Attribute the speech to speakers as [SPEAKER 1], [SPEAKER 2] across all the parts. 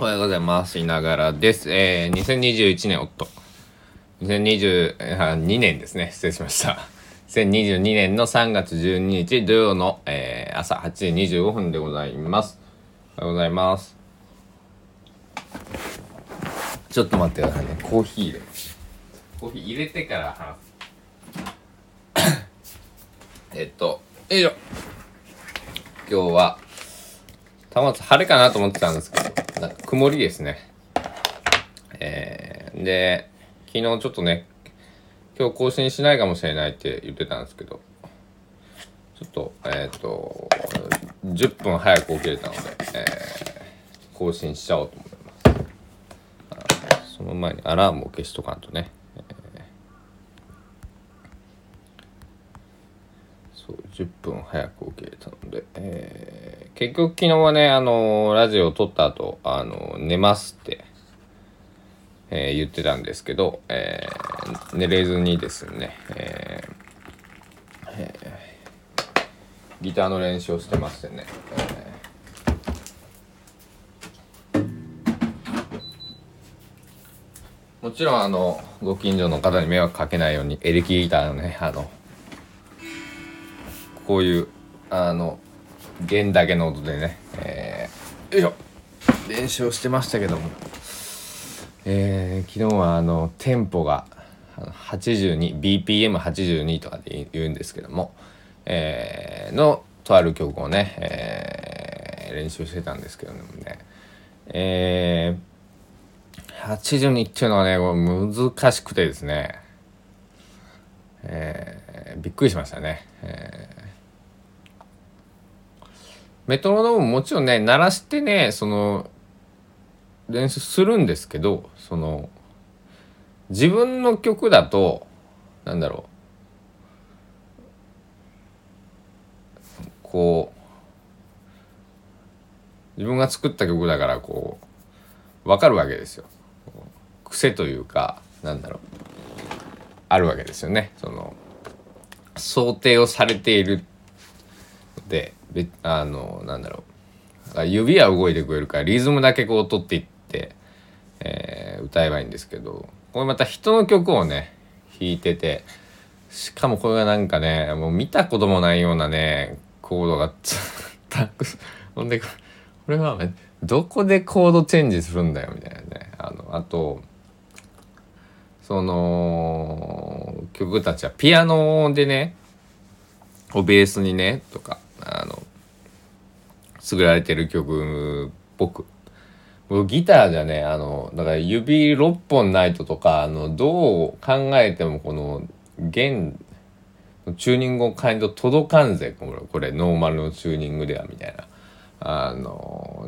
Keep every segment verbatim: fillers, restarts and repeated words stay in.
[SPEAKER 1] おはようございます。いながらです。えー、にせんにじゅういちねん、おっと。にせんにじゅうにねんですね。失礼しました。にせんにじゅうにねんのさんがつじゅうににち土曜の、えー、朝はちじにじゅうごふんでございます。おはようございます。ちょっと待ってくださいね。コーヒー入れ。コーヒー入れてから話す。えっと、よいしょ。今日は、たまつ晴れかなと思ってたんですけど、なんか曇りですね。えー、で、昨日ちょっとね、今日更新しないかもしれないって言ってたんですけど、ちょっと、えっと、じゅっぷん早く起きれたので、えー、更新しちゃおうと思います。その前にアラームを消しとかんとね。えー、そう、じゅっぷん早く起きれたので、えー、結局昨日はね、あの、ラジオを撮った後、あの、寝ますって、えー、言ってたんですけど、えー、寝れずにですね、えーえー、ギターの練習をしてましてね、えー、もちろんあのご近所の方に迷惑かけないようにエレキギターのね、あのこういうあの弦だけの音でね、えー、よいしょ練習をしてましたけども、えー、昨日はあのテンポがはちじゅうに ビーピーエムはちじゅうに とかで言うんですけども、えー、のとある曲をね、えー、練習してたんですけどもね、えー、はちじゅうにっていうのはね難しくてですね、えー、びっくりしましたね、えー、メトロノームもちろんね鳴らしてねその練習するんですけど、その自分の曲だとなんだろうこう自分が作った曲だからこう分かるわけですよ。癖というかなんだろうあるわけですよね。その想定をされているので、あのなんだろう指は動いてくれるからリズムだけこう取っていって、えー、歌えばいいんですけど、これまた人の曲をね弾いてて、しかもこれがなんかねもう見たこともないようなねコードがたくさんほんでこれはどこでコードチェンジするんだよみたいなね。あのあとその曲たちはピアノでねをベースにねとかあの作られてる曲っぽく、ギターじゃねあのだから指ろっぽんないととかあのどう考えてもこの弦チューニングを変えると届かんぜこれ、これノーマルのチューニングではみたいな、あの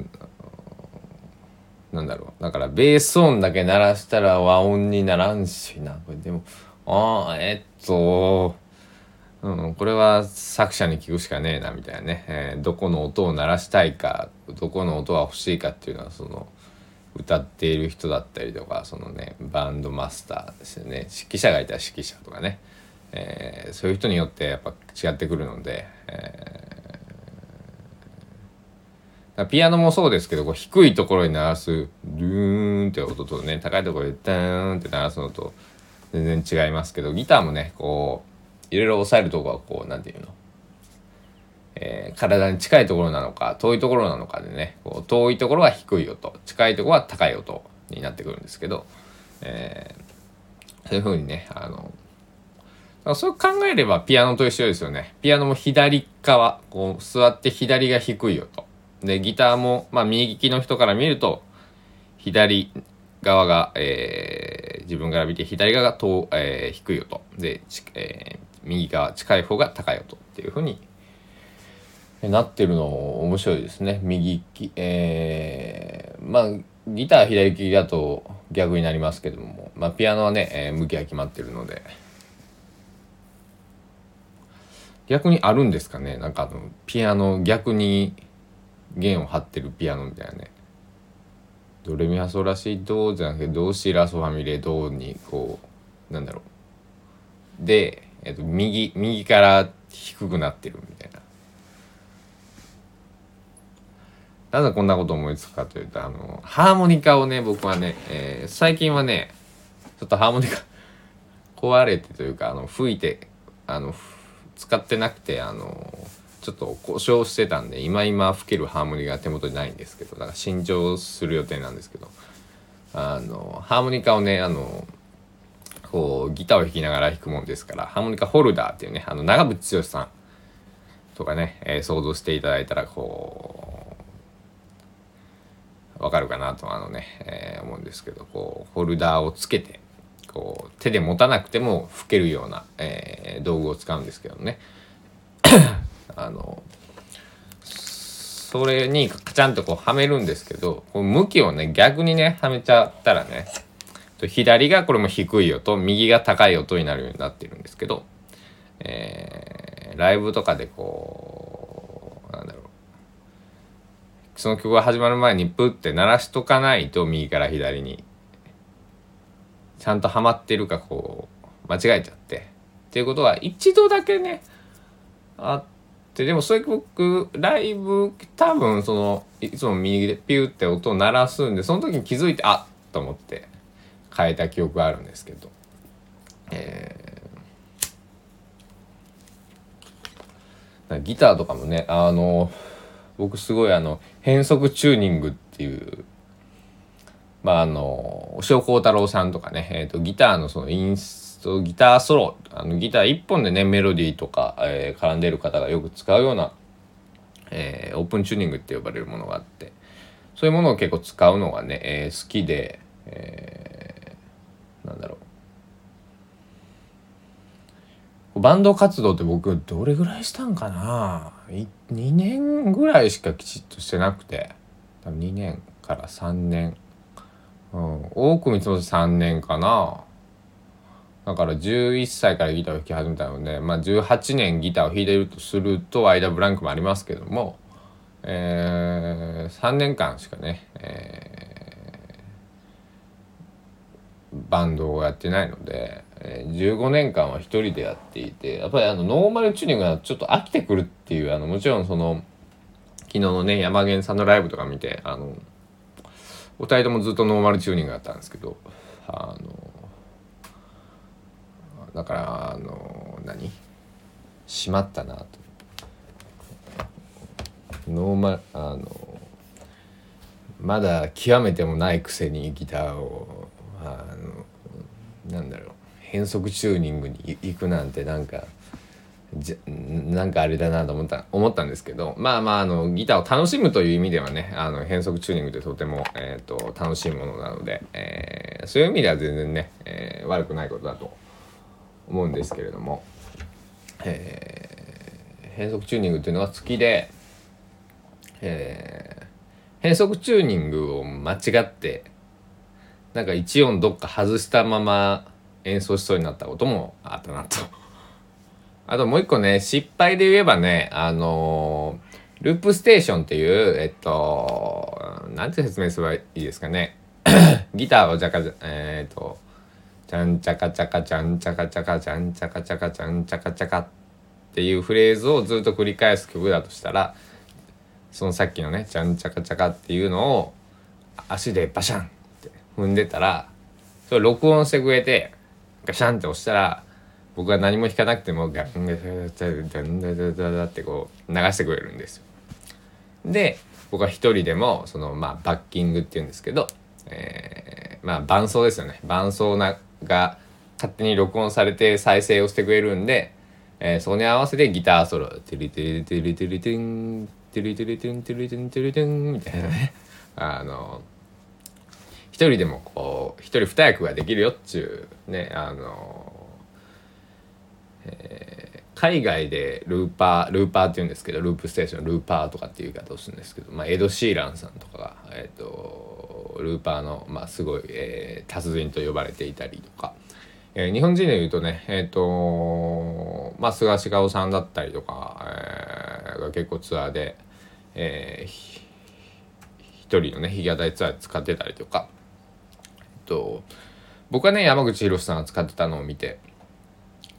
[SPEAKER 1] なんだろうだからベース音だけ鳴らしたら和音にならんしな、これでもああえっとうん、これは作者に聞くしかねえなみたいなね、えー、どこの音を鳴らしたいかどこの音は欲しいかっていうのはその歌っている人だったりとかそのねバンドマスターですよね、指揮者がいたら指揮者とかね、えー、そういう人によってやっぱ違ってくるので、えー、ピアノもそうですけどこう低いところに鳴らすルーンって音とね高いところでダーンって鳴らすのと全然違いますけど、ギターもねこういろいろ抑えるところはこうなんていうの、えー、体に近いところなのか遠いところなのかでねこう遠いところは低い音近いところは高い音になってくるんですけど、えー、そういう風にねあのそう考えればピアノと一緒ですよね。ピアノも左側こう座って左が低い音で、ギターもまあ右利きの人から見ると左側が、えー、自分から見て左側がと、えー、低い音で、えー、右側近い方が高い音っていう風になってるの面白いですね。右利き、えー、まあギター左利きだと逆になりますけども、まあピアノはね、えー、向きが決まってるので。逆にあるんですかね、なんかあのピアノ逆に弦を張ってるピアノみたいなね。ドレミファソラシドじゃなくてドシラソファミレドにこうなんだろうで、えっと、右右から低くなってるみたいな。 なぜこんなこと思いつくかというと、あのハーモニカをね僕はね、えー、最近はねちょっとハーモニカ壊れてというか、あの吹いてあの使ってなくて、あのちょっと故障してたんで、今今吹けるハーモニカが手元にないんですけど、だから新調する予定なんですけど、あのハーモニカをね、あのこうギターを弾きながら弾くもんですから、ハーモニカホルダーっていうね、あの長渕剛さんとかね、えー、想像していただいたらこうわかるかなとあのね、えー、思うんですけど、こうホルダーをつけてこう手で持たなくても吹けるような、えー、道具を使うんですけどねあのそれにカチャンとこうはめるんですけど、こう向きをね逆にねはめちゃったらね、左がこれも低い音、右が高い音になるようになってるんですけど、えー、ライブとかでこうなんだろう、その曲が始まる前にプッて鳴らしとかないと、右から左にちゃんとはまってるかこう間違えちゃってっていうことは一度だけねあって、でもそれ僕ライブ多分そのいつも右でピューって音を鳴らすんで、その時に気づいてあっと思って変えた記憶があるんですけど、えー、ギターとかもね、あの僕すごいあの変則チューニングっていう、まああの押尾コータローさんとかね、えーとギターのそのインストギターソロ、あのギター一本でねメロディーとか、えー、絡んでる方がよく使うような、えー、オープンチューニングって呼ばれるものがあって、そういうものを結構使うのがね、えー、好きで、えー、なんだろう、バンド活動って僕どれぐらいしたんかな、にねんぐらいしかきちっとしてなくて、多分にねんからさんねん、うん、多く見積もってさんねんかな。だからじゅういっさいからギターを弾き始めたので、まあ、じゅうはちねんギターを弾いているとすると間ブランクもありますけども、えー、さんねんかんしかね、えー、バンドをやってないので、えー、じゅうごねんかんは一人でやっていて、やっぱりあのノーマルチューニングがちょっと飽きてくるっていう、あのもちろんその昨日のね山源さんのライブとか見て、あのお二人ともずっとノーマルチューニングだったんですけど、あのだからあの何しまったなと、ノーマルあのまだ極めてもないくせにギターをあのなんだろう変則チューニングに行くなんてなんかじなんかあれだなと思った思ったんですけど、まあまああのギターを楽しむという意味ではね、あの変則チューニングってとても、えー、と楽しいものなので、えー、そういう意味では全然ね、えー、悪くないことだと思うんですけれども、えー、変則チューニングっていうのは好きで、えー、変則チューニングを間違ってなんか一音どっか外したまま演奏しそうになったこともあったなと。あともう一個ね、失敗で言えばね、あのー、ループステーションっていう、えっとなんて説明すればいいですかねギターをじゃかじゃえー、っとチャンチャカチャカチャンチャカチャカチャンチャカチャカチャンチャカチャカっていうフレーズをずっと繰り返す曲だとしたら、そのさっきのねチャンチャカチャカっていうのを足でバシャンって踏んでたら、それ録音してくれてガシャンって押したら、僕は何も弾かなくてもガンガンガンガンガンガンガンガンってこう流してくれるんですよ。で僕は一人でもそのまあバッキングっていうんですけど、えー、まあ伴奏ですよね。伴奏なが勝手に録音されて再生をしてくれるんで、えー、そこに合わせてギターソロテリテリテリテリテンテリテリテンテリテンテリテンみたいなね、あの一人でもこう一人二役ができるよっちゅうね、あのえー、海外でルーパールーパーって言うんですけど、ループステーションルーパーとかっていう言い方をするんですけど、まあ、エド・シーランさんとかが、えー、とルーパーの、まあ、すごい、えー、達人と呼ばれていたりとか、えー、日本人でいうとね、えーとまあ、菅氏顔さんだったりとか、えー、が結構ツアーで、えー、一人のね弾き語りツアーで使ってたりとか、えー、と僕はね山口博さんが使ってたのを見て、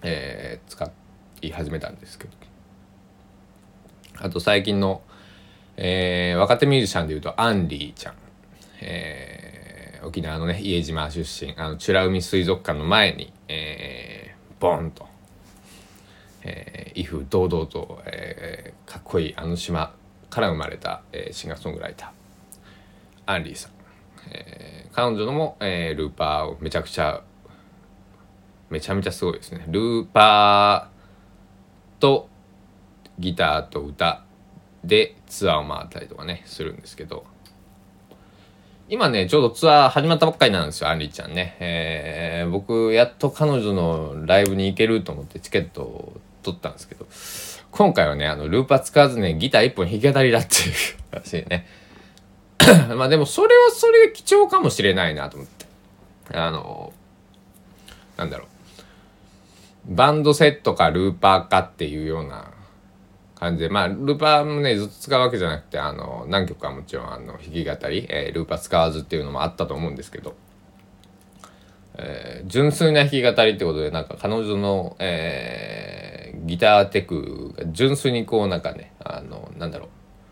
[SPEAKER 1] えー、使い始めたんですけど、あと最近の、 えー、若手ミュージシャンでいうとアンリーちゃん、えー、沖縄のね伊江島出身、あの美ら海水族館の前に、えー、ボンと、えー、威風堂々と、えー、かっこいいあの島から生まれた、えー、シンガーソングライターアンリーさん、えー、彼女のも、えー、ルーパーをめちゃくちゃめちゃめちゃすごいですね。ルーパーとギターと歌でツアーを回ったりとかねするんですけど、今ねちょうどツアー始まったばっかりなんですよ、アンリーちゃんね。えー、僕やっと彼女のライブに行けると思ってチケットを取ったんですけど、今回はねあのルーパー使わずねギター一本弾き語りだっていう話でねまあでもそれはそれで貴重かもしれないなと思って、あのなんだろう、バンドセットかルーパーかっていうような感じで、まあルーパーもねずっと使うわけじゃなくて、あの何曲かもちろんあの弾き語り、えー、ルーパー使わずっていうのもあったと思うんですけど、えー、純粋な弾き語りってことで、なんか彼女の、えー、ギターテクが純粋にこうなんかね、あのなんだろう、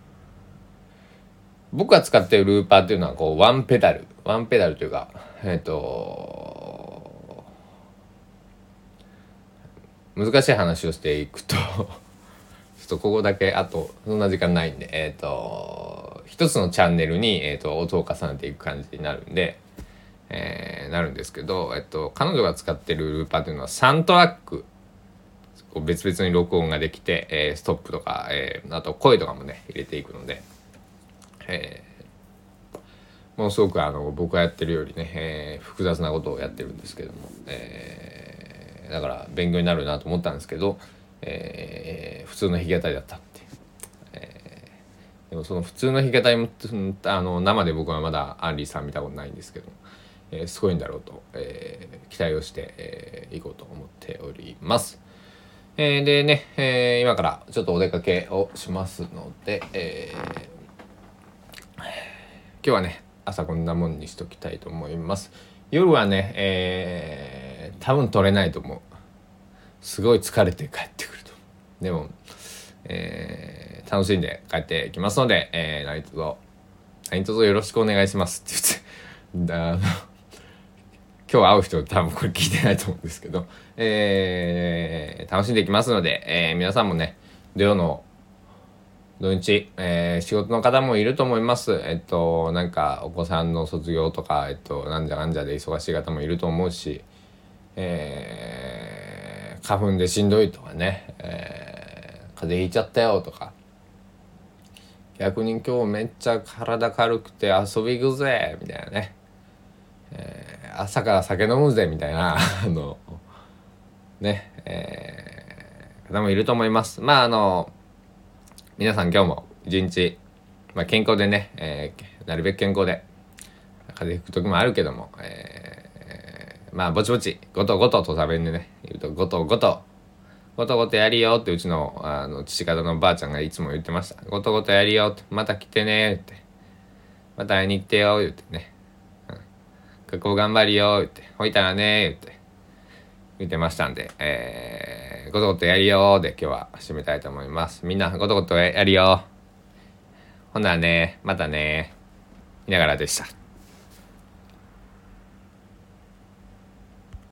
[SPEAKER 1] 僕が使ってるルーパーっていうのはこうワンペダルワンペダルというか、えっと難しい話をしていくとちょっとここだけ、あとそんな時間ないんで、えっと一つのチャンネルに、えー、と音を重ねていく感じになるんで、えー、なるんですけど、えっと彼女が使ってるルーパーっていうのはさんトラックこう別々に録音ができて、えー、ストップとか、えー、あと声とかもね入れていくので、えー、ものすごくあの僕がやってるよりね、えー、複雑なことをやってるんですけども、えー、だから勉強になるなと思ったんですけど、えー、普通の弾き語りだったっていう、えー、でもその普通の弾き語りもあの生で僕はまだアンリーさん見たことないんですけど、えー、すごいんだろうと、えー、期待をしてい、えー、こうと思っております。えー、でね、えー、今からちょっとお出かけをしますので、えー、今日はね朝こんなもんにしときたいと思います。夜はね、えー、多分撮れないと思う。すごい疲れて帰ってくると。でも、えー、楽しんで帰ってきますので、えー、何卒何卒よろしくお願いしますって言ってあの今日会う人多分これ聞いてないと思うんですけど、えー、楽しんでいきますので、えー、皆さんもね土曜の土日、えー、仕事の方もいると思います。えっとなんかお子さんの卒業とか、えっとなんじゃなんじゃで忙しい方もいると思うし、えー、花粉でしんどいとかね、えー、風邪ひいちゃったよとか、逆に今日めっちゃ体軽くて遊び行くぜみたいなね、えー、朝から酒飲むぜみたいなあのね、えー、方もいると思います。まああの皆さん今日も一日、まあ、健康でね、えー、なるべく健康で、風邪ひく時もあるけども、えー、まあぼちぼちごとごとと食べんでね言うとごとごとごとごとやりよってうちのあの父方のばあちゃんがいつも言ってました。ごとごとやりよって、また来てねって、また会いに行ってよ言ってね、うん、学校頑張りよ言って、ほいたらね言って言ってましたんで、えー、ごとごとやりよで今日は締めたいと思います。みんなごとごとやりよ。ほんならね、またね、いながらでした。